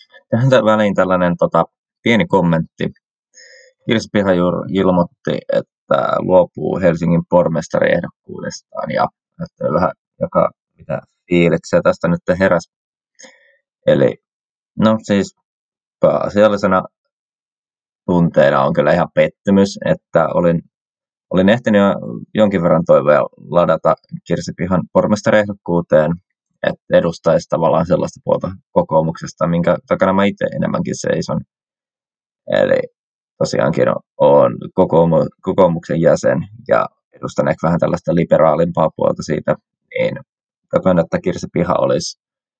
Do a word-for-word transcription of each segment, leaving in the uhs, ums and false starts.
Tähän väliin tällainen tota, pieni kommentti. Kirsi Pihajur ilmoitti, että luopuu Helsingin pormestariehdokkuudestaan ja ajattelin vähän joka mitä fiiliksiä tästä nyt heräsi. Eli no siis pääasiallisena tunteena on kyllä ihan pettymys, että olin, olin ehtinyt jo jonkin verran toiveja ladata Kirsi Pihan pormestariehdokkuuteen, että edustaisi tavallaan sellaista puolta kokoomuksesta, minkä takana mä itse enemmänkin seison. Eli tosiaankin olen kokoomuksen jäsen ja edustan ehkä vähän tällaista liberaalimpaa puolta siitä, niin katsoin, että Kirsi Piha olisi,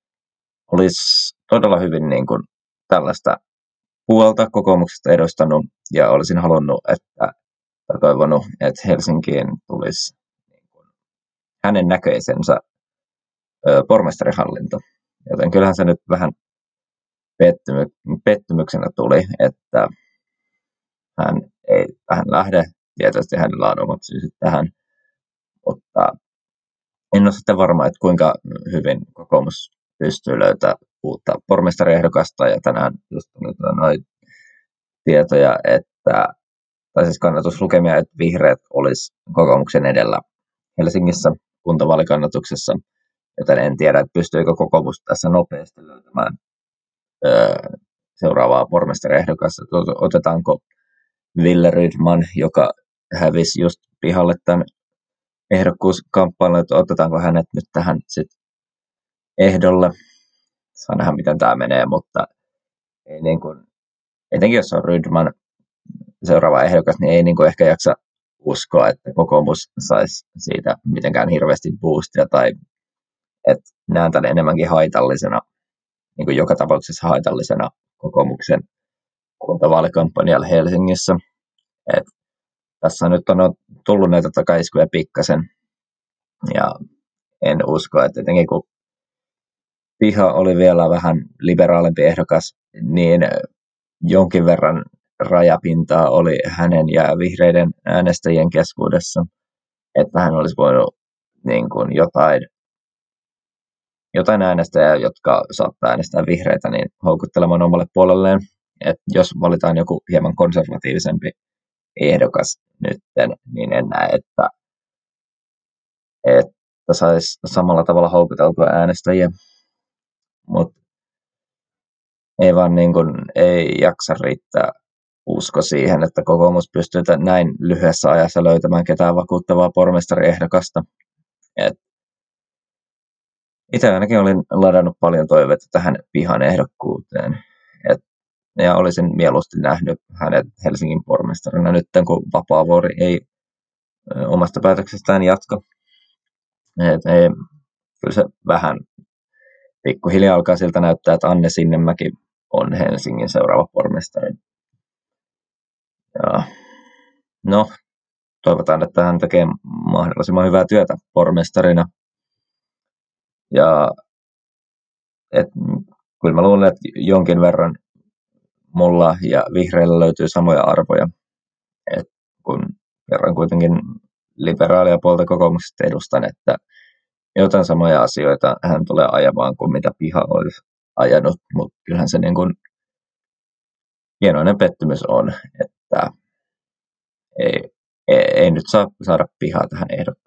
olisi todella hyvin niin kuin tällaista puolta kokoomuksesta edustanut ja olisin halunnut, että tai toivonut, että Helsinkiin tulisi niin kuin hänen näköisensä ö, pormestarihallinto. Joten kyllähän se nyt vähän pettymy- pettymyksenä tuli, että hän ei tähän lähde. Tietysti hänellä on omat syyt tähän, mutta en ole sitten varma, että kuinka hyvin kokoomus pystyy löytämään uutta pormestariehdokasta. Ja tänään just tuli noin tietoja, että, tai siis kannatuslukemia, että vihreät olisi kokoomuksen edellä Helsingissä kuntavaalikannatuksessa. Joten en tiedä, että pystyykö kokoomus tässä nopeasti löytämään öö, seuraavaa pormestariehdokasta. Otetaanko Wille Rydman, joka hävisi just pihalle tämän ehdokkuuskamppailun, että otetaanko hänet nyt tähän sit ehdolle. Saa nähdä, miten tämä menee, mutta ei niin kuin, etenkin jos on Rydman seuraava ehdokas, niin ei niin kuin ehkä jaksa uskoa, että kokoomus saisi siitä mitenkään hirveästi boostia, tai että näen tämän enemmänkin haitallisena, niin kuin joka tapauksessa haitallisena kokoomuksen kuntavaalikampanjalle Helsingissä. Et tässä nyt on tullut näitä takaiskuja pikkasen, ja en usko, että etenkin kun Piha oli vielä vähän liberaalimpi ehdokas, niin jonkin verran rajapintaa oli hänen ja vihreiden äänestäjien keskuudessa, että hän olisi voinut niin kuin jotain, jotain äänestäjää, jotka saattaa äänestää vihreitä, niin houkuttelemaan omalle puolelleen. Että jos valitaan joku hieman konservatiivisempi ehdokas nytten, niin en näe, että, että saisi samalla tavalla houkuteltua äänestäjiä. Mutta ei vaan niin kuin, ei jaksa riittää usko siihen, että kokoomus pystyy näin lyhyessä ajassa löytämään ketään vakuuttavaa pormestariehdokasta. Et itse ainakin olin ladannut paljon toiveita tähän Pihan ehdokkuuteen. Et, ja olisin mieluusti nähnyt hänet Helsingin pormestarina nyt, kun Vapaavuori ei ö, omasta päätöksestään jatka. Et, ei, kyllä se vähän pikkuhiljaa alkaa siltä näyttää, että Anne Sinnemäki on Helsingin seuraava pormestari. Ja, no, toivotaan, että hän tekee mahdollisimman hyvää työtä pormestarina. Ja et, kyllä mä luulen, että jonkin verran mulla ja vihreillä löytyy samoja arvoja. Et kun kerran kuitenkin liberaalia puolta kokoomuksesta edustan, että jotain samoja asioita hän tulee ajamaan kuin mitä Piha olisi ajanut, mutta kyllähän se niin kuin hienoinen pettymys on, että ei, ei, ei nyt saa saada Pihaa tähän ehdokkuuteen.